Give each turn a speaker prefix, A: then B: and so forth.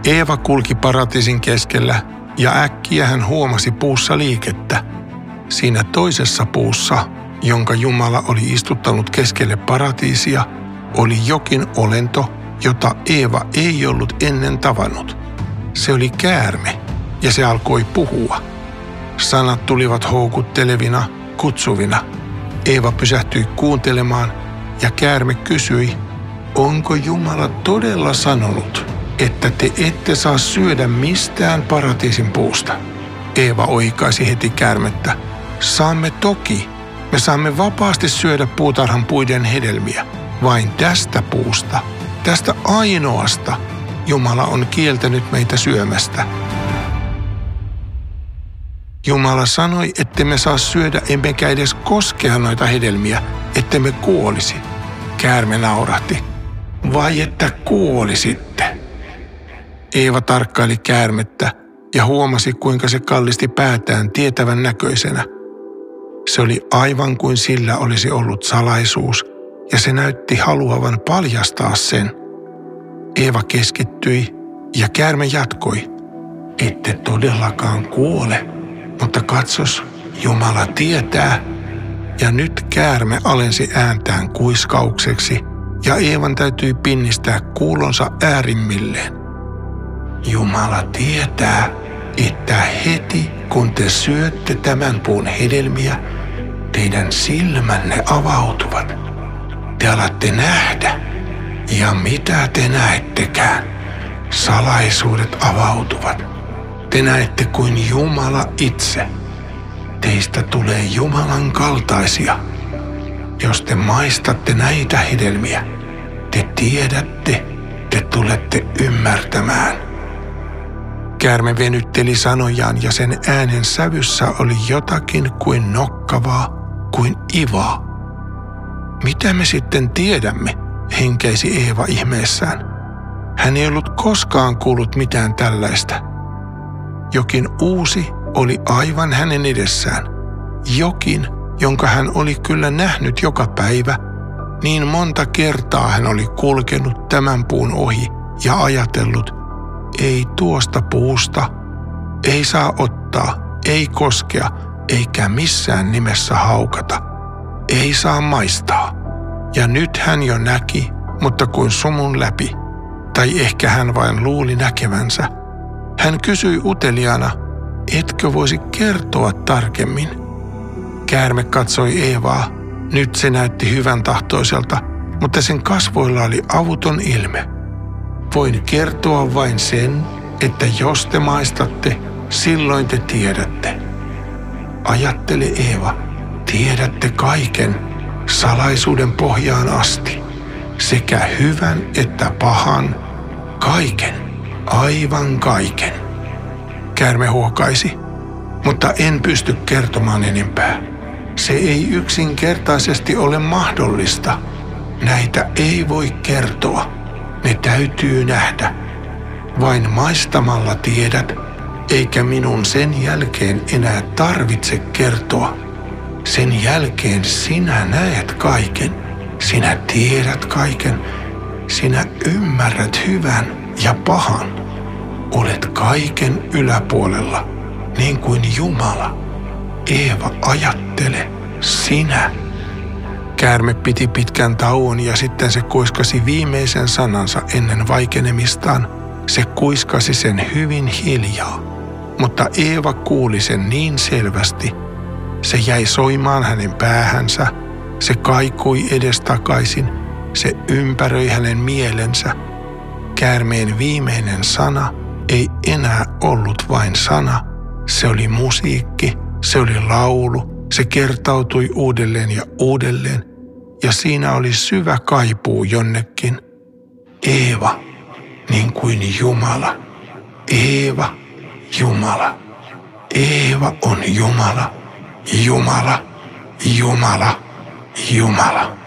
A: Eeva kulki paratiisin keskellä ja äkkiä hän huomasi puussa liikettä. Siinä toisessa puussa, jonka Jumala oli istuttanut keskelle paratiisia, oli jokin olento, jota Eeva ei ollut ennen tavannut. Se oli käärme ja se alkoi puhua. Sanat tulivat houkuttelevina, kutsuvina. Eeva pysähtyi kuuntelemaan ja käärme kysyi, onko Jumala todella sanonut, että te ette saa syödä mistään paratiisin puusta? Eeva oikaisi heti käärmettä. Saamme toki. Me saamme vapaasti syödä puutarhan puiden hedelmiä. Vain tästä puusta, tästä ainoasta, Jumala on kieltänyt meitä syömästä. Jumala sanoi, ettemme saa syödä emmekä edes koskea noita hedelmiä, ettemme kuolisi. Käärme naurahti. Vai että kuolisitte? Eeva tarkkaili käärmettä ja huomasi, kuinka se kallisti päätään tietävän näköisenä. Se oli aivan kuin sillä olisi ollut salaisuus, ja se näytti haluavan paljastaa sen. Eeva keskittyi ja käärme jatkoi. Ette todellakaan kuole, mutta katsos, Jumala tietää. Ja nyt käärme alensi ääntään kuiskaukseksi, ja Eevan täytyi pinnistää kuulonsa äärimmilleen. Jumala tietää, että heti kun te syötte tämän puun hedelmiä, teidän silmänne avautuvat. Te alatte nähdä, ja mitä te näettekään, salaisuudet avautuvat. Te näette kuin Jumala itse. Teistä tulee Jumalan kaltaisia. Jos te maistatte näitä hedelmiä, te tiedätte, te tulette ymmärtämään. Käärme venytteli sanojaan ja sen äänen sävyssä oli jotakin kuin nokkavaa, kuin ivaa. Mitä me sitten tiedämme, henkeisi Eeva ihmeessään. Hän ei ollut koskaan kuullut mitään tällaista. Jokin uusi oli aivan hänen edessään. Jokin, jonka hän oli kyllä nähnyt joka päivä. Niin monta kertaa hän oli kulkenut tämän puun ohi ja ajatellut, ei tuosta puusta, ei saa ottaa, ei koskea, eikä missään nimessä haukata. Ei saa maistaa. Ja nyt hän jo näki, mutta kuin sumun läpi. Tai ehkä hän vain luuli näkevänsä. Hän kysyi uteliaana, etkö voisi kertoa tarkemmin? Käärme katsoi Eevaa. Nyt se näytti hyvän tahtoiselta, mutta sen kasvoilla oli avuton ilme. Voin kertoa vain sen, että jos te maistatte, silloin te tiedätte. Ajattele Eeva, tiedätte kaiken, salaisuuden pohjaan asti, sekä hyvän että pahan, kaiken, aivan kaiken. Käärme huokaisi, mutta en pysty kertomaan enempää. Se ei yksinkertaisesti ole mahdollista. Näitä ei voi kertoa. Ne täytyy nähdä. Vain maistamalla tiedät, eikä minun sen jälkeen enää tarvitse kertoa. Sen jälkeen sinä näet kaiken. Sinä tiedät kaiken. Sinä ymmärrät hyvän ja pahan. Olet kaiken yläpuolella, niin kuin Jumala. Eeva, ajattele, sinä. Käärme piti pitkän tauon ja sitten se kuiskasi viimeisen sanansa ennen vaikenemistaan. Se kuiskasi sen hyvin hiljaa, mutta Eeva kuuli sen niin selvästi. Se jäi soimaan hänen päähänsä, se kaikui edestakaisin, se ympäröi hänen mielensä. Käärmeen viimeinen sana ei enää ollut vain sana, se oli musiikki, se oli laulu, se kertautui uudelleen ja uudelleen, ja siinä oli syvä kaipuu jonnekin. Eeva, niin kuin Jumala. Eeva, Jumala. Eeva on Jumala. Jumala, Jumala, Jumala.